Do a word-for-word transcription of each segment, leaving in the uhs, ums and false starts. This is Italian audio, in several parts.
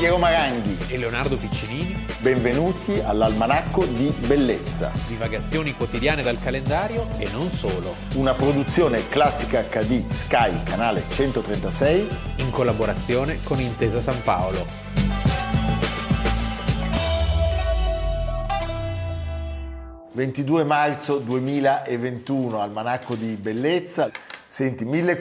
Piero Maranghi e Leonardo Piccinini. Benvenuti all'Almanacco di Bellezza. Divagazioni quotidiane dal calendario e non solo. Una produzione Classica acca di Sky, canale centotrentasei, in collaborazione con Intesa San Paolo. ventidue marzo duemilaventuno, Almanacco di Bellezza. Senti,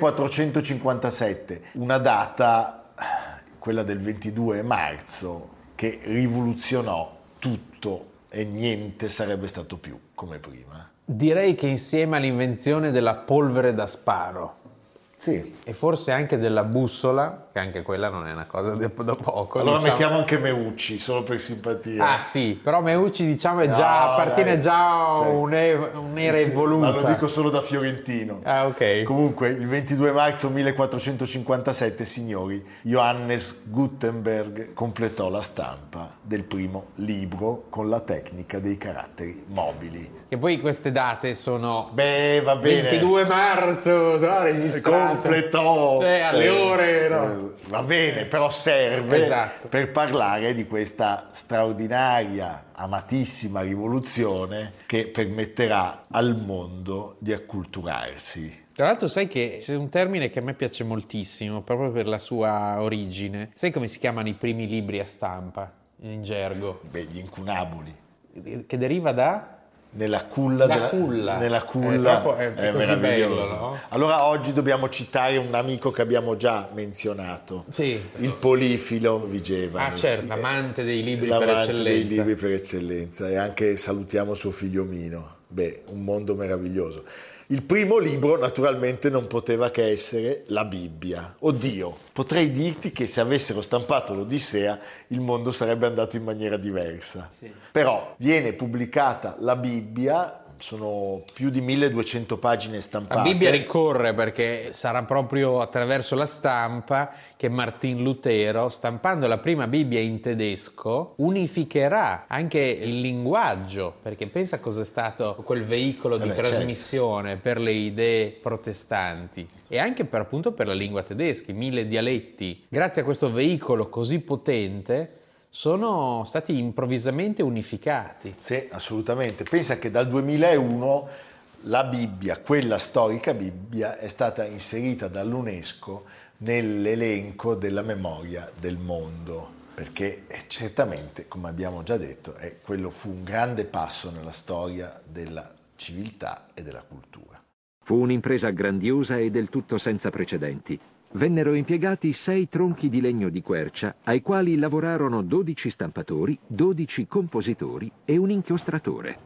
millequattrocentocinquantasette, una data, quella del ventidue marzo, che rivoluzionò tutto e niente sarebbe stato più come prima. Direi che insieme all'invenzione della polvere da sparo, sì, e forse anche della bussola, che anche quella non è una cosa da poco. Allora diciamo. Mettiamo anche Meucci, solo per simpatia. Ah sì, però Meucci diciamo è già, no, appartiene dai. già cioè, un'era, un'era evoluta. Ma lo dico solo da fiorentino. Ah, ok. Comunque, il ventidue marzo millequattrocentocinquantasette, signori, Johannes Gutenberg completò la stampa del primo libro con la tecnica dei caratteri mobili. E poi queste date sono Beh, va bene. ventidue marzo, no, registrato. Completò. Eh, alle eh, ore, no. eh, Va bene, però serve Esatto. per parlare di questa straordinaria, amatissima rivoluzione che permetterà al mondo di acculturarsi. Tra l'altro sai che c'è un termine che a me piace moltissimo, proprio per la sua origine. Sai come si chiamano i primi libri a stampa in gergo? Beh, gli incunaboli. Che deriva da? Nella culla, La della, culla. nella È culla troppo- è- è è così meraviglioso. bello, no? Allora oggi dobbiamo citare un amico che abbiamo già menzionato, Sì. il polifilo Vigevano. Ah certo, l'amante dei libri per L'amante eccellenza. dei libri per eccellenza, e anche salutiamo suo figlio Mino. Beh, un mondo meraviglioso. Il primo libro naturalmente non poteva che essere la Bibbia. Oddio, potrei dirti che se avessero stampato l'Odissea il mondo sarebbe andato in maniera diversa. Sì. Però viene pubblicata la Bibbia, sono più di milleduecento pagine stampate. La Bibbia ricorre perché sarà proprio attraverso la stampa che Martin Lutero, stampando la prima Bibbia in tedesco, unificherà anche il linguaggio, perché pensa cosa è stato quel veicolo di Eh beh, trasmissione certo. per le idee protestanti e anche per appunto per la lingua tedesca, i mille dialetti. Grazie a questo veicolo così potente sono stati improvvisamente unificati. Sì, assolutamente. Pensa che dal duemilauno la Bibbia, quella storica Bibbia, è stata inserita dall'UNESCO nell'elenco della memoria del mondo, perché certamente, come abbiamo già detto, è, quello fu un grande passo nella storia della civiltà e della cultura. Fu un'impresa grandiosa e del tutto senza precedenti. Vennero impiegati sei tronchi di legno di quercia, ai quali lavorarono dodici stampatori, dodici compositori e un inchiostratore.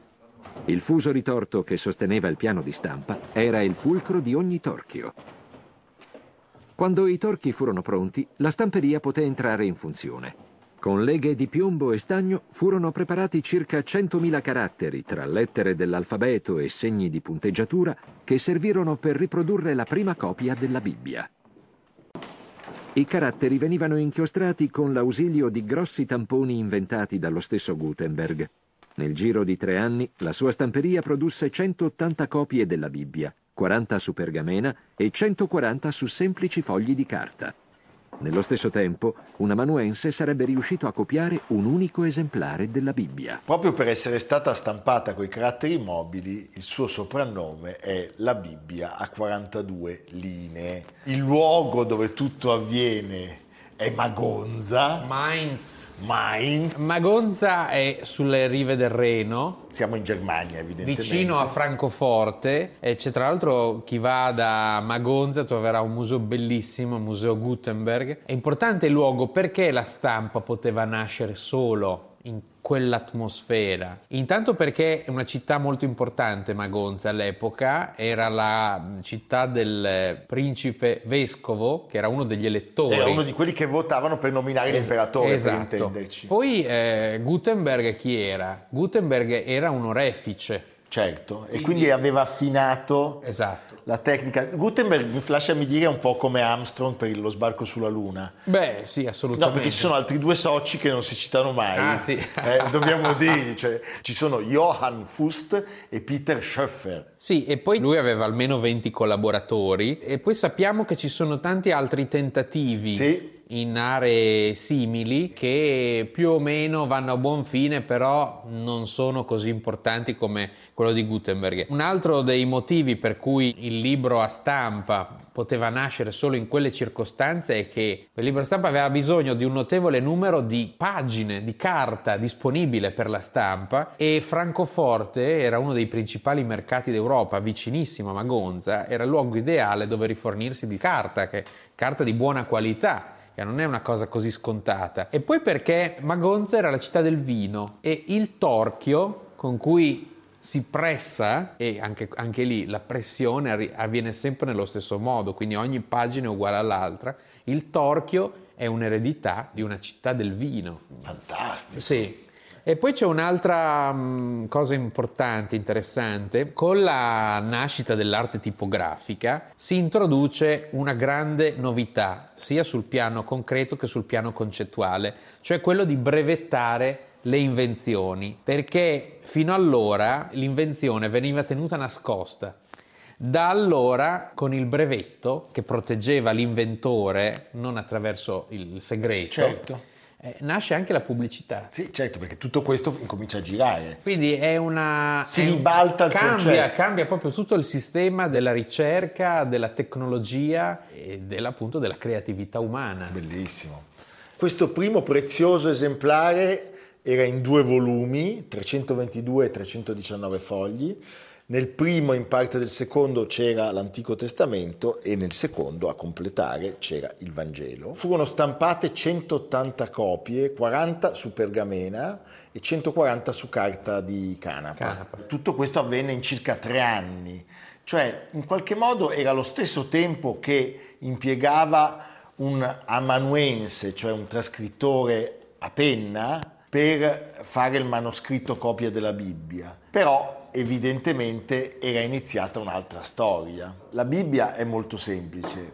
Il fuso ritorto che sosteneva il piano di stampa era il fulcro di ogni torchio. Quando i torchi furono pronti, la stamperia poté entrare in funzione. Con leghe di piombo e stagno furono preparati circa centomila caratteri tra lettere dell'alfabeto e segni di punteggiatura che servirono per riprodurre la prima copia della Bibbia. I caratteri venivano inchiostrati con l'ausilio di grossi tamponi inventati dallo stesso Gutenberg. Nel giro di tre anni la sua stamperia produsse centottanta copie della Bibbia, quaranta su pergamena e centoquaranta su semplici fogli di carta. Nello stesso tempo, un amanuense sarebbe riuscito a copiare un unico esemplare della Bibbia. Proprio per essere stata stampata coi caratteri mobili, il suo soprannome è la Bibbia a quarantadue linee. Il luogo dove tutto avviene è Magonza. Mainz. Mainz. Magonza è sulle rive del Reno. Siamo in Germania, evidentemente. Vicino a Francoforte, e c'è tra l'altro chi va da Magonza troverà un museo bellissimo, il Museo Gutenberg. È importante il luogo perché la stampa poteva nascere solo in quell'atmosfera. Intanto perché è una città molto importante, Magonza all'epoca, era la città del principe vescovo, che era uno degli elettori. Era uno di quelli che votavano per nominare Es- l'imperatore, esatto. per intenderci. Poi eh, Gutenberg chi era? Gutenberg era un orefice. Certo, e Quindi- quindi aveva affinato Esatto. la tecnica. Gutenberg, lasciami dire, è un po' come Armstrong per lo sbarco sulla Luna. Beh, sì, assolutamente. No, perché ci sono altri due soci che non si citano mai. Ah, sì. Eh, dobbiamo dire, cioè, ci sono Johann Fust e Peter Schoeffer. Sì, e poi lui aveva almeno venti collaboratori e poi sappiamo che ci sono tanti altri tentativi Sì. in aree simili che più o meno vanno a buon fine, però non sono così importanti come quello di Gutenberg. Un altro dei motivi per cui il libro a stampa poteva nascere solo in quelle circostanze è che il libro a stampa aveva bisogno di un notevole numero di pagine, di carta disponibile per la stampa, e Francoforte era uno dei principali mercati d'Europa, vicinissimo a Magonza, era il luogo ideale dove rifornirsi di carta, che carta di buona qualità, che non è una cosa così scontata. E poi perché Magonza era la città del vino e il torchio con cui si pressa, e anche, anche lì la pressione avviene sempre nello stesso modo, quindi ogni pagina è uguale all'altra. Il torchio è un'eredità di una città del vino. Fantastico. Sì. E poi c'è un'altra mh, cosa importante, interessante. Con la nascita dell'arte tipografica si introduce una grande novità, sia sul piano concreto che sul piano concettuale, cioè quello di brevettare le invenzioni, perché fino allora l'invenzione veniva tenuta nascosta. Da allora, con il brevetto che proteggeva l'inventore, non attraverso il segreto, certo. eh, nasce anche la pubblicità. Sì, certo, perché tutto questo incomincia a girare. Quindi è una... Si è un, ribalta il cambia, concetto. Cambia proprio tutto il sistema della ricerca, della tecnologia e della, appunto della creatività umana. Bellissimo. Questo primo prezioso esemplare era in due volumi, trecentoventidue e trecentodiciannove fogli. Nel primo, in parte del secondo, c'era l'Antico Testamento e nel secondo, a completare, c'era il Vangelo. Furono stampate centottanta copie, quaranta su pergamena e centoquaranta su carta di canapa. Canapa. Tutto questo avvenne in circa tre anni, cioè in qualche modo era lo stesso tempo che impiegava un amanuense, cioè un trascrittore a penna, per fare il manoscritto copia della Bibbia. Però evidentemente era iniziata un'altra storia. La Bibbia è molto semplice,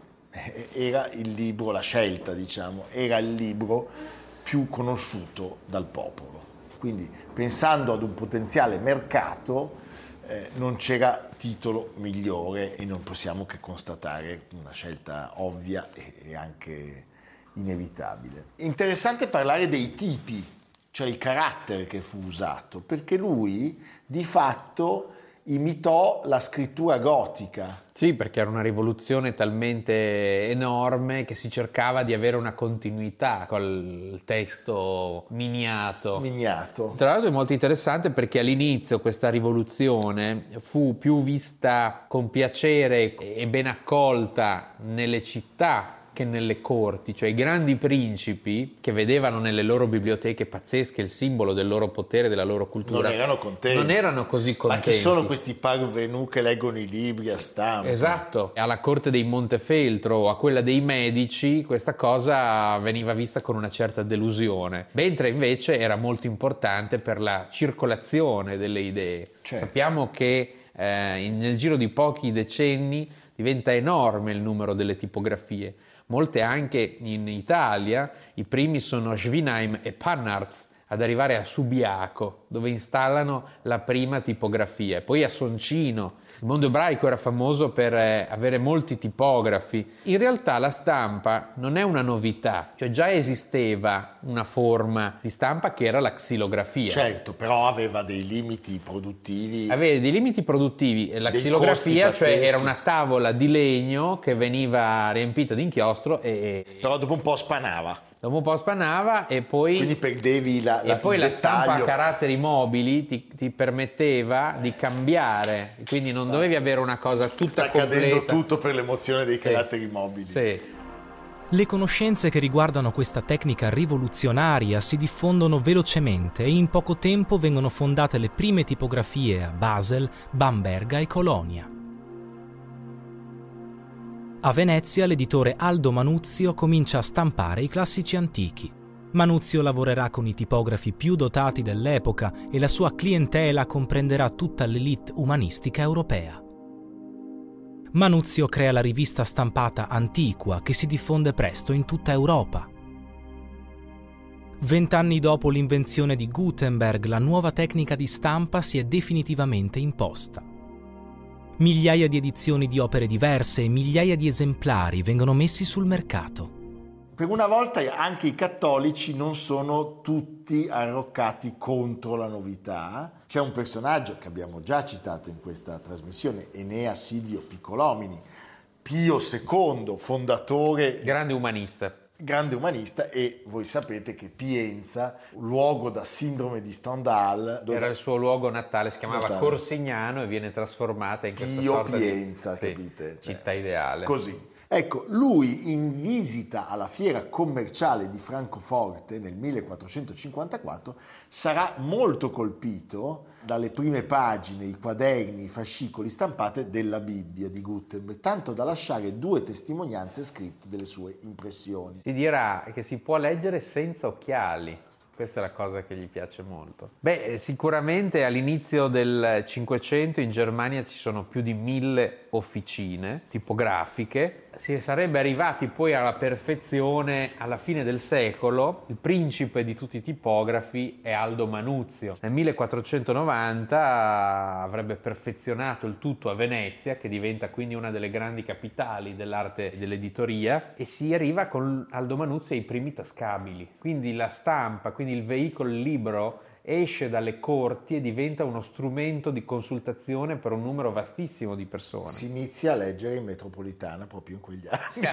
era il libro, la scelta diciamo, era il libro più conosciuto dal popolo. Quindi pensando ad un potenziale mercato eh, non c'era titolo migliore e non possiamo che constatare una scelta ovvia e anche inevitabile. Interessante parlare dei tipi, cioè il carattere che fu usato, perché lui di fatto imitò la scrittura gotica. Sì, perché era una rivoluzione talmente enorme che si cercava di avere una continuità col testo miniato. Miniato. Tra l'altro è molto interessante perché all'inizio questa rivoluzione fu più vista con piacere e ben accolta nelle città che nelle corti, cioè i grandi principi che vedevano nelle loro biblioteche pazzesche il simbolo del loro potere, della loro cultura. Non erano contenti. Non erano così contenti. Ma chi sono questi parvenu che leggono i libri a stampa? Esatto. Alla corte dei Montefeltro o a quella dei Medici questa cosa veniva vista con una certa delusione, mentre invece era molto importante per la circolazione delle idee. Certo. Sappiamo che eh, nel giro di pochi decenni diventa enorme il numero delle tipografie. Molte anche in Italia, i primi sono Schwinheim e Panarz ad arrivare a Subiaco, dove installano la prima tipografia, e poi a Soncino. Il mondo ebraico era famoso per eh, avere molti tipografi. In realtà la stampa non è una novità, cioè già esisteva una forma di stampa che era la xilografia. Certo, però aveva dei limiti produttivi. Aveva dei limiti produttivi, la Dei xilografia costi cioè pazzeschi. era una tavola di legno che veniva riempita di inchiostro e Però dopo un po' spanava. dopo un po' spannava e poi, Quindi perdevi la, la, e poi il la stampa a dettaglio. caratteri mobili ti, ti permetteva di cambiare, quindi non dovevi avere una cosa tutta Sta completa. cadendo tutto per l'emozione dei Sì. caratteri mobili. Sì. Le conoscenze che riguardano questa tecnica rivoluzionaria si diffondono velocemente e in poco tempo vengono fondate le prime tipografie a Basel, Bamberga e Colonia. A Venezia l'editore Aldo Manuzio comincia a stampare i classici antichi. Manuzio lavorerà con i tipografi più dotati dell'epoca e la sua clientela comprenderà tutta l'élite umanistica europea. Manuzio crea la rivista stampata Antiqua che si diffonde presto in tutta Europa. Vent'anni dopo l'invenzione di Gutenberg, la nuova tecnica di stampa si è definitivamente imposta. Migliaia di edizioni di opere diverse e migliaia di esemplari vengono messi sul mercato. per una volta anche i cattolici non sono tutti arroccati contro la novità. C'è un personaggio che abbiamo già citato in questa trasmissione, Enea Silvio Piccolomini, Pio secondo, fondatore... Grande umanista. Grande umanista, e voi sapete che Pienza, luogo da sindrome di Stendhal... Dove era il suo luogo natale, si chiamava natale. Corsignano e viene trasformata in questa Pio sorta Pienza, di capite? sì, Cioè, città ideale. Così. Ecco, lui in visita alla fiera commerciale di Francoforte nel millequattrocentocinquantaquattro sarà molto colpito dalle prime pagine, i quaderni, i fascicoli stampate della Bibbia di Gutenberg, tanto da lasciare due testimonianze scritte delle sue impressioni. Si dirà che si può leggere senza occhiali. Questa è la cosa che gli piace molto. Beh, sicuramente all'inizio del Cinquecento in Germania ci sono più di mille officine tipografiche. Si sarebbe arrivati poi alla perfezione alla fine del secolo. Il principe di tutti i tipografi è Aldo Manuzio. Nel millequattrocentonovanta avrebbe perfezionato il tutto a Venezia, che diventa quindi una delle grandi capitali dell'arte e dell'editoria, e si arriva con Aldo Manuzio ai primi tascabili. Quindi la stampa, quindi il veicolo, il libro, esce dalle corti e diventa uno strumento di consultazione per un numero vastissimo di persone. Si inizia a leggere in metropolitana proprio in quegli anni.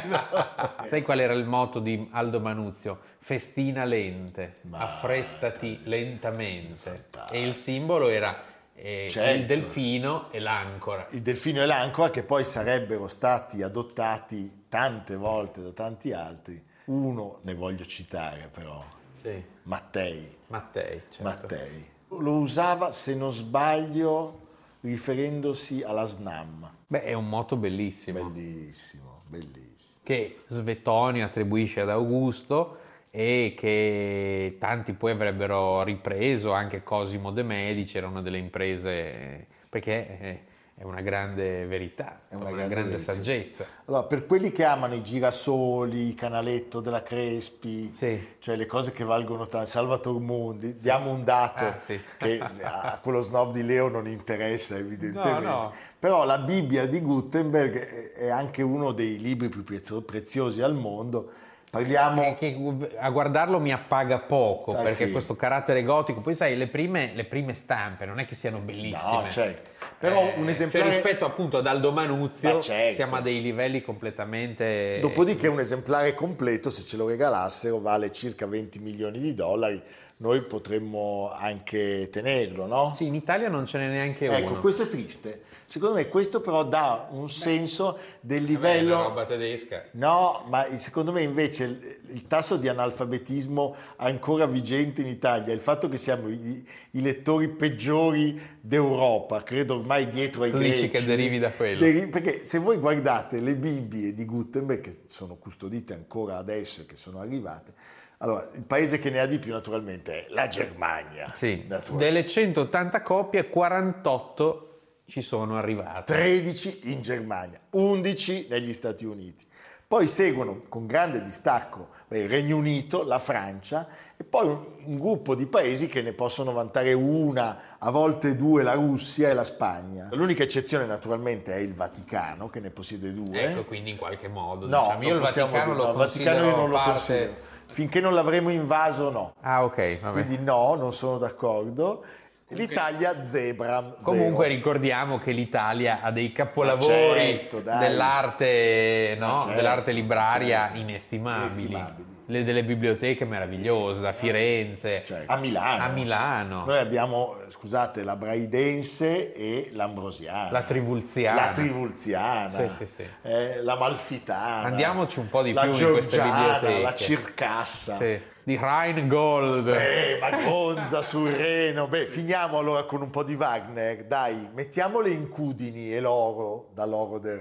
Sai qual era il motto di Aldo Manuzio? Festina lente, Ma affrettati lentamente. fantastico. E il simbolo era eh, Certo. il delfino e l'ancora. Il delfino e l'ancora, che poi sarebbero stati adottati tante volte da tanti altri. Uno ne voglio citare però, Sì. Mattei. Mattei, certo. Mattei. Lo usava, se non sbaglio, riferendosi alla SNAM. Beh, è un motto bellissimo. Bellissimo, bellissimo. Che Svetonio attribuisce ad Augusto e che tanti poi avrebbero ripreso, anche Cosimo de' Medici era una delle imprese, perché è una grande verità, È una, una grande, grande saggezza. Allora, per quelli che amano i girasoli, il canaletto della Crespi, Sì. cioè le cose che valgono tanto, Salvator Mundi, diamo un dato Ah, sì. che a quello snob di Leo non interessa evidentemente, No, no. però la Bibbia di Gutenberg è anche uno dei libri più prezio- preziosi al mondo. Parliamo... È che a guardarlo mi appaga poco, Ah, perché sì. questo carattere gotico, poi sai, le prime, le prime stampe non è che siano bellissime. No, certo. Però Eh, un esemplare... cioè, rispetto appunto ad Aldo Manuzio Ma certo. siamo a dei livelli completamente... Dopodiché un esemplare completo, se ce lo regalassero, vale circa venti milioni di dollari. Noi potremmo anche tenerlo, no? Sì, in Italia non ce n'è neanche Ecco, uno. questo è triste. Secondo me questo però dà un senso del Vabbè, è livello... una roba tedesca. No, ma secondo me invece il, il tasso di analfabetismo ancora vigente in Italia, il fatto che siamo i, i lettori peggiori d'Europa, credo ormai dietro ai Tu greci. dici che derivi da quello. deri- perché se voi guardate le Bibbie di Gutenberg, che sono custodite ancora adesso e che sono arrivate, allora il paese che ne ha di più naturalmente è la Germania. Sì, naturalmente. delle centottanta copie, quarantotto ci sono arrivate. tredici in Germania, undici negli Stati Uniti. Poi seguono con grande distacco beh, il Regno Unito, la Francia e poi un, un gruppo di paesi che ne possono vantare una, a volte due, la Russia e la Spagna. L'unica eccezione naturalmente è il Vaticano, che ne possiede due. Ecco, quindi in qualche modo, No, diciamo, io non il possiamo Vaticano dire- lo no, il Vaticano io considero non lo parte... considero. Finché non l'avremo invaso, no. Ah, ok, vabbè. Quindi no, non sono d'accordo. L'Italia zebra. Comunque zero. ricordiamo che l'Italia ha dei capolavori certo, dai. dell'arte, no? Ma certo, dell'arte libraria certo. inestimabili. Inestimabili. Le, delle biblioteche meravigliose, da Firenze Cioè, a Milano. a Milano, Noi abbiamo, scusate, la Braidense e l'Ambrosiana. la Trivulziana. La Trivulziana. Sì, sì, sì. eh, la Malfitana. Andiamoci un po' di la più in queste Georgiana, biblioteche. La Circassa. Sì, di Rheingold. Eh, Magonza sul Reno. Beh, finiamo allora con un po' di Wagner. Dai, mettiamo le incudini e l'oro dall'oro del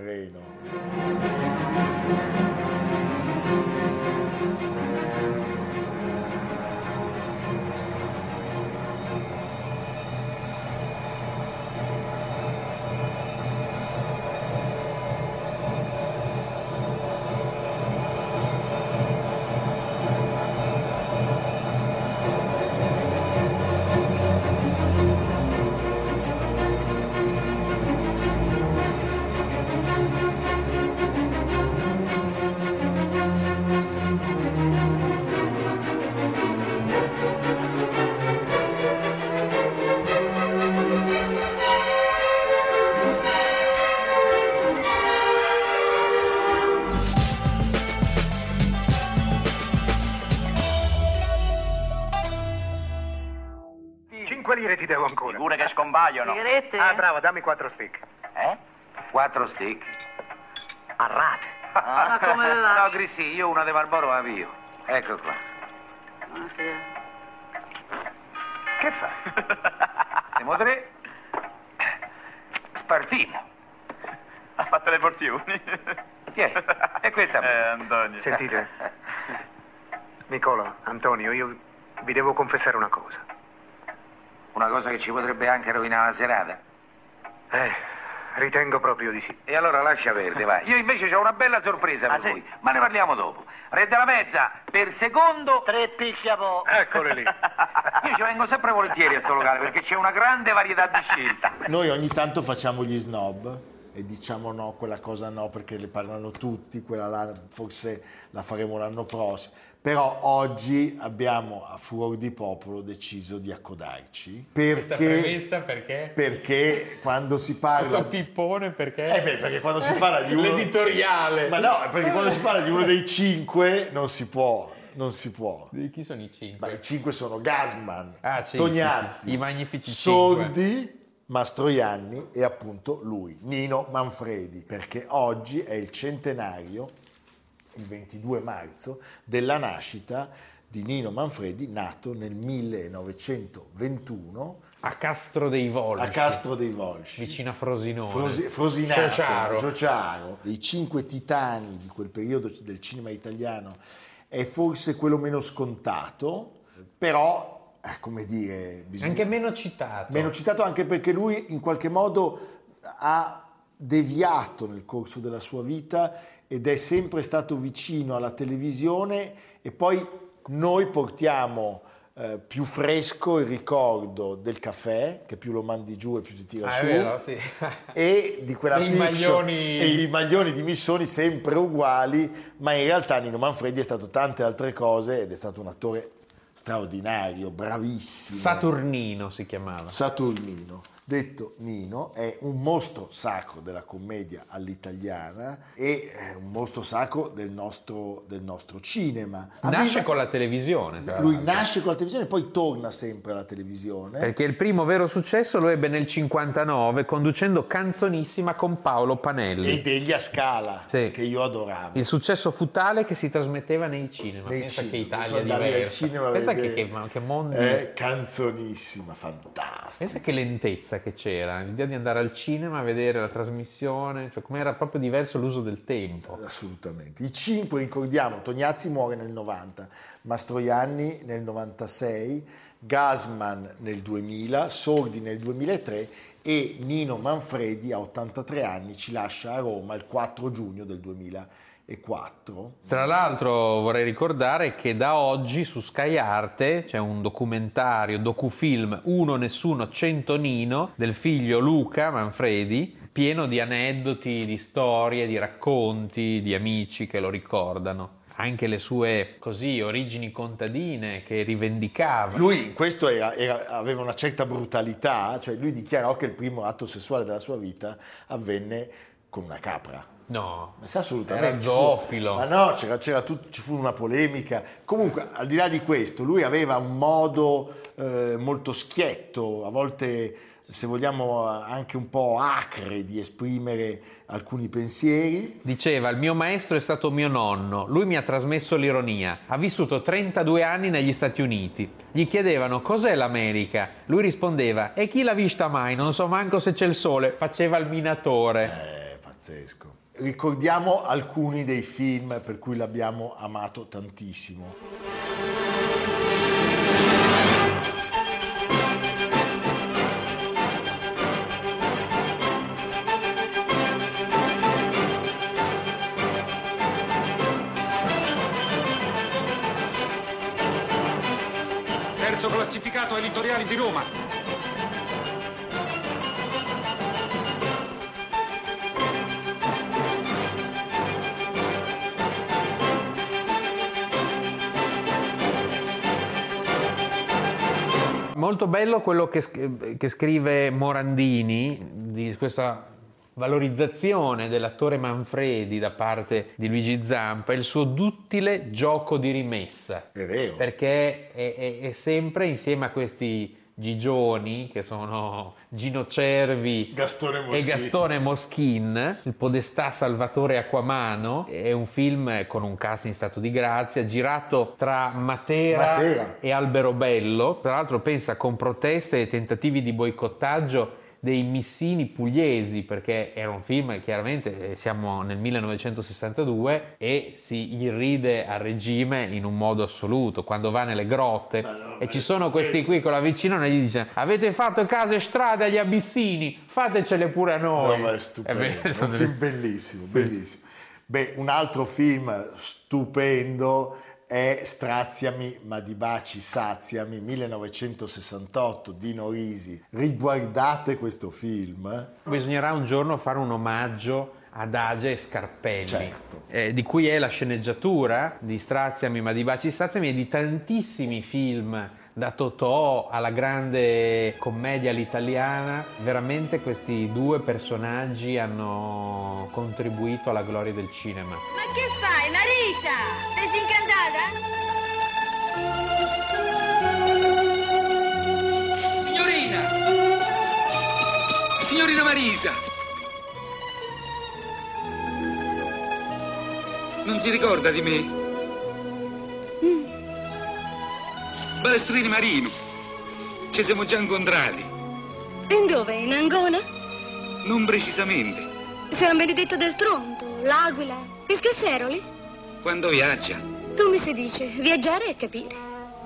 Reno. lire ti devo ancora. Figure che scompaiono. Sigarette? Ah, bravo, dammi quattro stick. Eh? Quattro stick. A rate. Ma come va? No, Cristi, io una di Marlboro la avvio. Ecco qua. Ah, sì. Che fai? Siamo tre. Spartimo. Ha fatto le porzioni. Tieni. E questa? Eh, Antonio. Sentite, Nicola, Antonio, io vi devo confessare una cosa. Una cosa che ci potrebbe anche rovinare la serata. Eh, ritengo proprio di sì. E allora lascia perdere, vai. Io invece ho una bella sorpresa Ah, per sì? voi. Ma ne parliamo dopo. Re della mezza, per secondo... Tre picchiapo. Eccole lì. Io ci vengo sempre volentieri a sto locale perché c'è una grande varietà di scelta. Noi ogni tanto facciamo gli snob e diciamo no, quella cosa no perché le parlano tutti, quella là forse la faremo l'anno prossimo. Però oggi abbiamo a furor di popolo deciso di accodarci Questa perché, premessa perché? perché quando si parla Questo pippone perché? eh beh, perché quando si parla di uno L'editoriale. ma no, perché quando si parla di uno dei cinque non si può, non si può. Di chi sono i cinque? Ma i cinque sono Gasman, Ah, sì, Tognazzi, sì, sì. I magnifici Sordi, Mastroianni e appunto lui, Nino Manfredi, perché oggi è il centenario, il ventidue marzo, della nascita di Nino Manfredi, nato nel millenovecentoventuno A Castro dei Volsci. a Castro dei Volsci. Vicino a Frosinone. Frosi- Frosinato, Ciociaro. Ciociaro. Dei cinque titani di quel periodo del cinema italiano è forse quello meno scontato, però, eh, come dire... bisogna- Anche meno citato. Meno citato anche perché lui in qualche modo ha deviato nel corso della sua vita ed è sempre stato vicino alla televisione e poi noi portiamo eh, più fresco il ricordo del caffè, che più lo mandi giù e più ti tira Ah, su, è vero, sì. e di quella Dei fiction maglioni- e i maglioni di Missoni sempre uguali, ma in realtà Nino Manfredi è stato tante altre cose ed è stato un attore straordinario, bravissimo. Saturnino si chiamava. Saturnino, detto Nino, è un mostro sacro della commedia all'italiana e è un mostro sacro del nostro, del nostro cinema. Nasce Aveva- con la televisione. tra Lui l'altro. nasce con la televisione e poi torna sempre alla televisione. Perché il primo vero successo lo ebbe nel cinquantanove conducendo Canzonissima con Paolo Panelli. E degli a Scala, Sì. che io adoravo. Il successo fu tale che si trasmetteva nei cinema. Nei Pensa cinema. che Italia Tu andavi al diversa. cinema a Pensa che, vedere- che, che mondi. È canzonissima, fantastica. Pensa che lentezza che c'era, l'idea di andare al cinema a vedere la trasmissione, cioè come era proprio diverso l'uso del tempo. Assolutamente. I cinque, ricordiamo, Tognazzi muore nel novanta, Mastroianni nel novantasei, Gasman nel duemila, Sordi nel duemilatré e Nino Manfredi a ottantatré anni ci lascia a Roma il quattro giugno del duemilaquattro. Tra l'altro vorrei ricordare che da oggi su Sky Arte c'è un documentario, docufilm Uno Nessuno cento Nino del figlio Luca Manfredi, pieno di aneddoti, di storie, di racconti, di amici che lo ricordano. Anche le sue così origini contadine che rivendicava. Lui in questo era- era- aveva una certa brutalità, cioè lui dichiarò che il primo atto sessuale della sua vita avvenne con una capra. No, Ma sì, assolutamente. era ci fu- zoofilo. Ma no, c'era, c'era tut- ci fu una polemica. Comunque, al di là di questo, lui aveva un modo eh, molto schietto, a volte, se vogliamo, anche un po' acre di esprimere alcuni pensieri. Diceva: il mio maestro è stato mio nonno, lui mi ha trasmesso l'ironia, ha vissuto trentadue anni negli Stati Uniti. Gli chiedevano cos'è l'America, lui rispondeva: e chi l'ha vista mai, non so manco se c'è il sole, faceva il minatore. Eh, pazzesco. Ricordiamo alcuni dei film per cui l'abbiamo amato tantissimo. Terzo classificato Editoriali di Roma. Molto bello quello che, sch- che scrive Morandini di questa valorizzazione dell'attore Manfredi da parte di Luigi Zampa, il suo duttile gioco di rimessa. È vero. Perché è, è- è sempre insieme a questi Gigioni, che sono Gino Cervi Gastone e Moschin. Gastone Moschin, Il Podestà Salvatore Acquamano. È un film con un cast in stato di grazia, girato tra Matera, Matera. e Alberobello. Tra l'altro pensa con proteste e tentativi di boicottaggio dei missini pugliesi, perché era un film, chiaramente siamo nel millenovecentosessantadue e si irride al regime in un modo assoluto quando va nelle grotte no, e ci sono questi qui con la vicinona e gli dice: avete fatto case e strade agli abissini, fatecele pure a noi. No, ma è stupendo, è, è un film bellissimo, bellissimo. Beh, un altro film stupendo è Straziami ma di baci saziami, millenovecentosessantotto, Dino Risi. Riguardate questo film. Bisognerà un giorno fare un omaggio ad Agia e Scarpelli, certo. eh, di cui è la sceneggiatura di Straziami ma di baci saziami e di tantissimi film, da Totò alla grande commedia all'italiana. Veramente questi due personaggi hanno contribuito alla gloria del cinema. Ma che fai, Marisa? Sei incantata? Signorina! Signorina Marisa! Non si ricorda di me? Mm. Balestrini Marino. Ci siamo già incontrati. E dove? In Ancona? Non precisamente. San Benedetto del Tronto, l'Aquila, Pescasseroli? Quando viaggia. Come si dice, viaggiare e capire.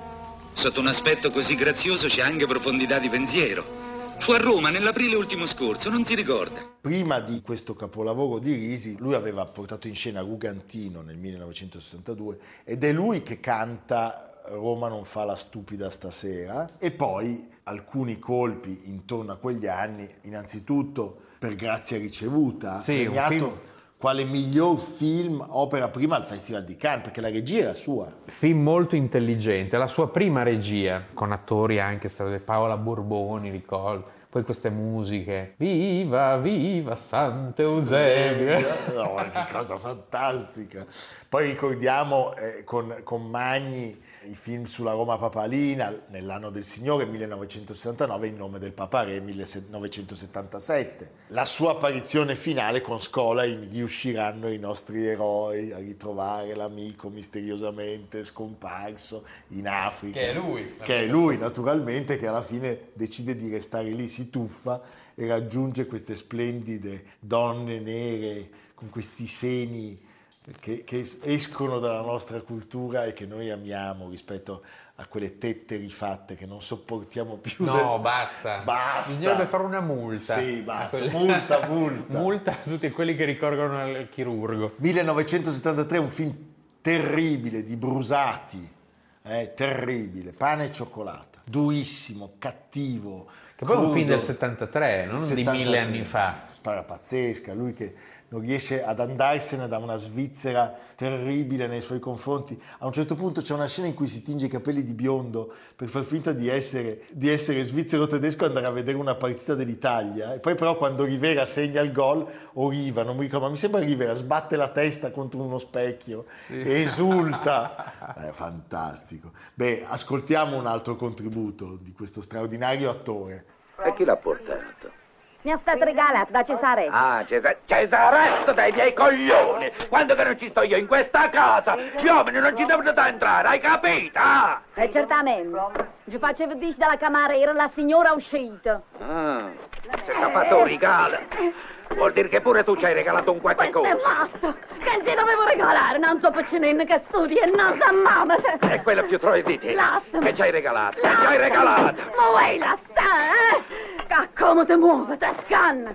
Sotto un aspetto così grazioso c'è anche profondità di pensiero. Fu a Roma nell'aprile ultimo scorso, non si ricorda. Prima di questo capolavoro di Risi, lui aveva portato in scena Rugantino nel millenovecentosessantadue ed è lui che canta Roma non fa la stupida stasera, e poi alcuni colpi intorno a quegli anni, innanzitutto per Grazia ricevuta, sì, premiato un film... quale miglior film opera prima al Festival di Cannes, perché la regia era sua. Film molto intelligente, la sua prima regia, con attori anche strade, Paola Borboni, ricordo, poi queste musiche, viva, viva Sant'Eusebio. No, che cosa fantastica. Poi ricordiamo eh, con, con Magni i film sulla Roma papalina, Nell'anno del Signore millenovecentosessantanove, In nome del Papa Re millenovecentosettantasette. La sua apparizione finale con Scola in Riusciranno i nostri eroi a ritrovare l'amico misteriosamente scomparso in Africa. Che è lui. Che è lui, naturalmente, che alla fine decide di restare lì, si tuffa e raggiunge queste splendide donne nere con questi seni Che, che escono dalla nostra cultura e che noi amiamo rispetto a quelle tette rifatte che non sopportiamo più. No, del... basta. Basta. Bisognerebbe fare una multa. Sì, basta. Quelle... Multa, multa. Multa a tutti quelli che ricorrono al chirurgo. millenovecentosettantatré, un film terribile di Brusati, eh, terribile, Pane e cioccolata, durissimo, cattivo. Che poi è un crudo. film del settantatré, non settantatré. di mille anni fa. Storia pazzesca, lui che non riesce ad andarsene da una Svizzera terribile nei suoi confronti. A un certo punto c'è una scena in cui si tinge i capelli di biondo per far finta di essere, di essere svizzero tedesco e andare a vedere una partita dell'Italia, e poi però quando Rivera segna il gol, o Riva, non mi ricordo, ma mi sembra Rivera, sbatte la testa contro uno specchio sì. e esulta. È fantastico. Beh, ascoltiamo un altro contributo di questo straordinario attore. E chi l'ha portato? Mi è stato regalato da Cesaretto. Ah, Cesar- Cesaretto dai miei coglioni! Quando che non ci sto io in questa casa, gli uomini non ci devono da entrare, hai capito? Ah? Eh, certamente. Ci facevo dire dalla cameriera, la signora è uscita. Ah, si è fatto un regalo. Vuol dire che pure tu ci hai regalato un qualche cosa. Questo è basta! Che ci dovevo regalare? Non so piccinino che studi e non sa mamma. E quella più troia di te. Lasciami. Che ci hai regalato? Che ci hai regalato? Ma vuoi la sta, eh? Che come ti muove, ti scanna.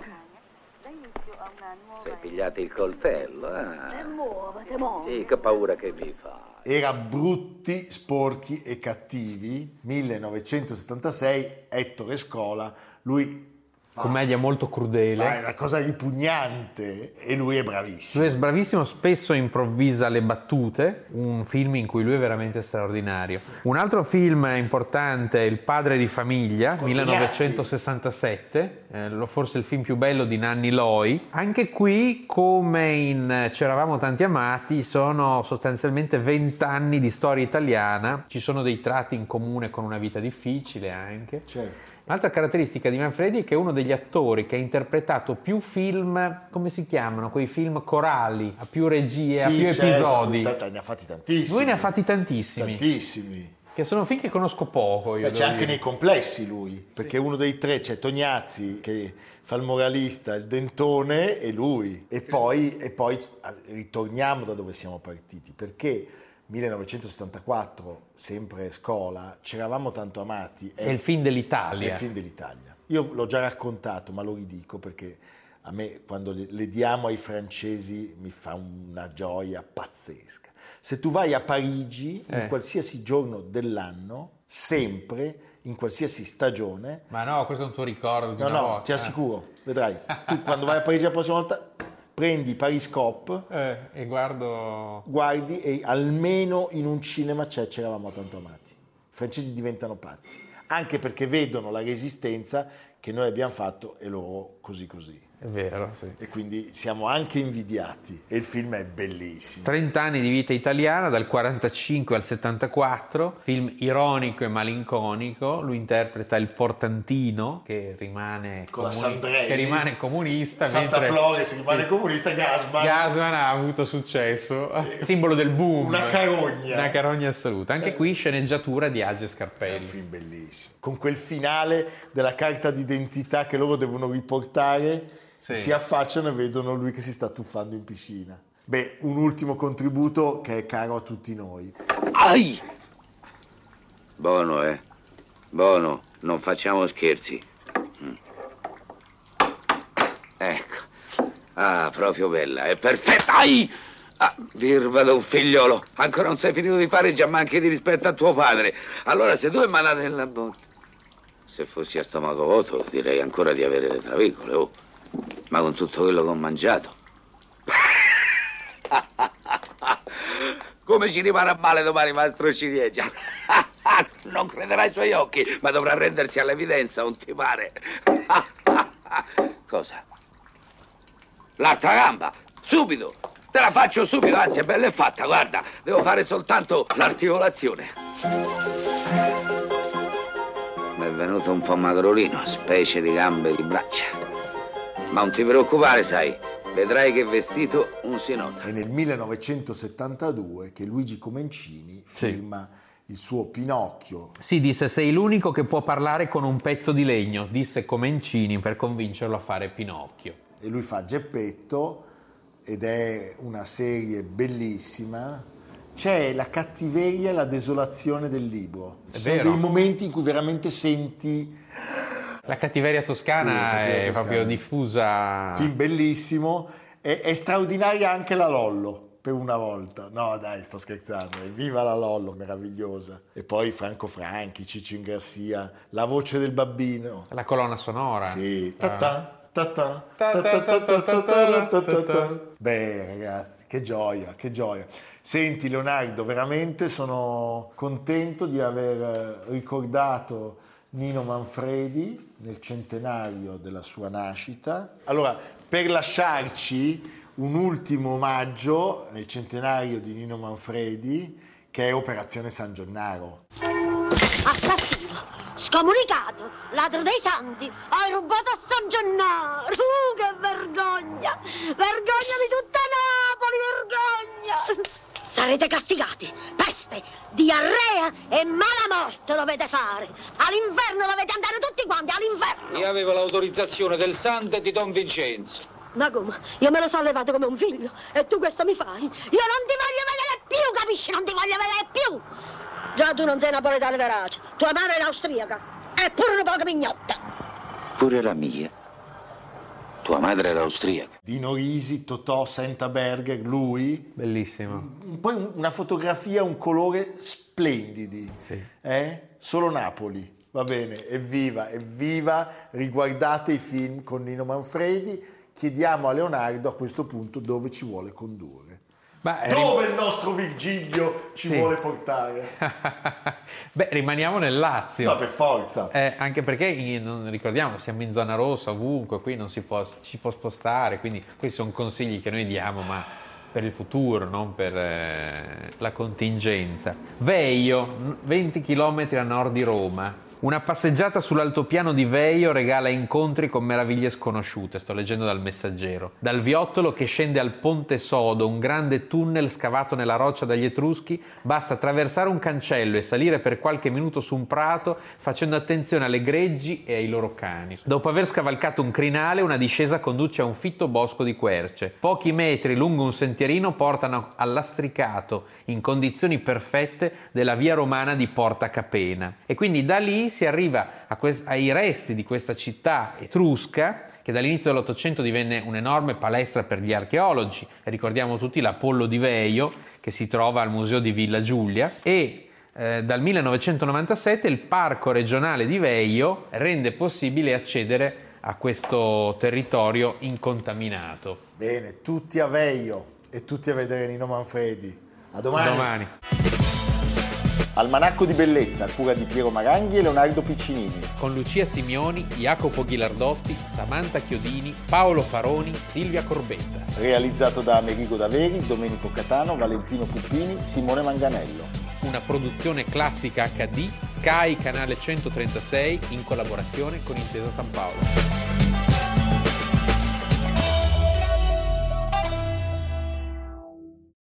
Sei pigliato il coltello, eh? E muove, ti muove. Sì, che paura che mi fa. Era Brutti, sporchi e cattivi, millenovecentosettantasei, Ettore Scola, lui commedia molto crudele. Ma è una cosa ripugnante e lui è bravissimo. Lui è bravissimo, spesso improvvisa le battute, un film in cui lui è veramente straordinario. Un altro film importante è Il padre di famiglia, Con millenovecentosessantasette, eh, forse il film più bello di Nanni Loi. Anche qui, come in C'eravamo tanti amati, sono sostanzialmente vent'anni di storia italiana, ci sono dei tratti in comune con una vita difficile anche. Certo. Un'altra caratteristica di Manfredi è che è uno degli attori che ha interpretato più film, come si chiamano, quei film corali, a più regie, Sì, a più certo, episodi. t- ne ha fatti tantissimi. Lui ne ha fatti tantissimi. Tantissimi. Che sono film che conosco poco. Io Beh, c'è anche dire. nei complessi lui, perché uno dei tre c'è Tognazzi che fa il moralista, il dentone e lui. E poi, e poi ritorniamo da dove siamo partiti, perché millenovecentosettantaquattro, sempre Scola, C'eravamo tanto amati. È, è il film dell'Italia. È il film dell'Italia. Io l'ho già raccontato, ma lo ridico perché a me quando le, le diamo ai francesi mi fa una gioia pazzesca. Se tu vai a Parigi, eh. in qualsiasi giorno dell'anno, sempre, in qualsiasi stagione... Ma no, questo è un tuo ricordo di No, una no, volta. ti assicuro, vedrai. Tu quando vai a Parigi la prossima volta... Prendi Pariscope eh, e guardo guardi e almeno in un cinema c'è C'eravamo tanto amati. I francesi diventano pazzi, anche perché vedono la resistenza che noi abbiamo fatto e loro così così. È vero, sì. E quindi siamo anche invidiati e il film è bellissimo. trenta anni di vita italiana, dal quarantacinque al settantaquattro, film ironico e malinconico. Lui interpreta il portantino che rimane, Con la comuni- Sandrelli. che rimane comunista. Santa mentre Flores rimane sì, comunista, Gassman. Gassman ha avuto successo, simbolo del boom. Una carogna. Una carogna assoluta. Anche qui sceneggiatura di Age Scarpelli. È un film bellissimo. Con quel finale della carta d'identità che loro devono riportare... Sì. Si affacciano e vedono lui che si sta tuffando in piscina. Beh, un ultimo contributo che è caro a tutti noi. Ai! Buono, eh? Buono, non facciamo scherzi. Mm. Ecco. Ah, proprio bella, è perfetta. Ai! Ah, virba d'un figliolo. Ancora non sei finito di fare già manchi di rispetto a tuo padre. Allora, se tu hai manate nella bocca... Se fossi a stomaco vuoto, direi ancora di avere le travicole, oh. Ma con tutto quello che ho mangiato. Come ci rimarrà male domani, mastro Ciliegia? Non crederà ai suoi occhi, ma dovrà rendersi all'evidenza, non ti pare? Cosa? L'altra gamba, subito! Te la faccio subito, anzi è bella e fatta, guarda, devo fare soltanto l'articolazione. Mi è venuto un po' magrolino, specie di gambe e di braccia. Ma non ti preoccupare, sai, vedrai che vestito non si nota. È nel millenovecentosettantadue che Luigi Comencini firma il suo Pinocchio. Sì, disse sei l'unico che può parlare con un pezzo di legno, disse Comencini per convincerlo a fare Pinocchio. E lui fa Geppetto ed è una serie bellissima. C'è la cattiveria e la desolazione del libro. Ci È sono vero. dei momenti in cui veramente senti... La cattiveria toscana Sì, la cattiveria è toscana. proprio diffusa. Film bellissimo. È, è straordinaria anche la Lollo, per una volta. No, dai, sto scherzando. Viva la Lollo, meravigliosa. E poi Franco Franchi, Ciccio Ingrassia, La voce del bambino. La colonna sonora. Sì. Ah. Ta-ta, ta-ta, ta-ta-ta-ta-ta-ta-ta-ta. Beh, ragazzi, che gioia, che gioia. Senti, Leonardo, veramente sono contento di aver ricordato Nino Manfredi nel centenario della sua nascita. Allora, per lasciarci un ultimo omaggio nel centenario di Nino Manfredi, che è Operazione San Gennaro. Assassino, scomunicato, ladro dei santi, hai rubato a San Gennaro. Uh, che vergogna! Vergogna di tutta Napoli, vergogna! Sarete castigati, peste, diarrea e mala morte dovete fare. All'inferno dovete andare tutti quanti, all'inferno. Io avevo l'autorizzazione del santo e di Don Vincenzo. Ma come? Io me lo so levato come un figlio e tu questo mi fai? Io non ti voglio vedere più, capisci? Non ti voglio vedere più. Già tu non sei napoletano verace, tua madre è austriaca, eppure una poca mignotta. Pure la mia. Tua madre era austriaca. Dino Risi, Totò, Sentaberger, lui. Bellissimo. Poi una fotografia, un colore splendidi. Sì. Eh? Solo Napoli. Va bene, evviva, evviva, riguardate i film con Nino Manfredi, chiediamo a Leonardo a questo punto dove ci vuole condurre. Beh, dove rim- il nostro Virgilio ci sì. vuole portare? Beh, rimaniamo nel Lazio. No, per forza. Eh, anche perché, in, non ricordiamo, siamo in zona rossa ovunque, qui non si può, ci può spostare, quindi questi sono consigli che noi diamo, ma per il futuro, non per eh, la contingenza. Veio, venti chilometri a nord di Roma. Una passeggiata sull'altopiano di Veio regala incontri con meraviglie sconosciute, sto leggendo dal Messaggero. Dal viottolo che scende al Ponte Sodo, un grande tunnel scavato nella roccia dagli Etruschi, basta attraversare un cancello e salire per qualche minuto su un prato facendo attenzione alle greggi e ai loro cani. Dopo aver scavalcato un crinale, una discesa conduce a un fitto bosco di querce. Pochi metri lungo un sentierino portano al lastricato, in condizioni perfette, della via romana di Porta Capena. E quindi da lì si arriva a quest- ai resti di questa città etrusca che dall'inizio dell'Ottocento divenne un'enorme palestra per gli archeologi. Ricordiamo tutti l'Apollo di Veio che si trova al Museo di Villa Giulia e eh, dal millenovecentonovantasette il Parco regionale di Veio rende possibile accedere a questo territorio incontaminato. Bene, tutti a Veio e tutti a vedere Nino Manfredi. A domani. A domani. Almanacco di bellezza a cura di Piero Maranghi e Leonardo Piccinini. Con Lucia Simioni, Jacopo Ghilardotti, Samantha Chiodini, Paolo Faroni, Silvia Corbetta. Realizzato da Amerigo Daveri, Domenico Catano, Valentino Puppini, Simone Manganello. Una produzione classica acca di Sky Canale centotrentasei in collaborazione con Intesa San Paolo.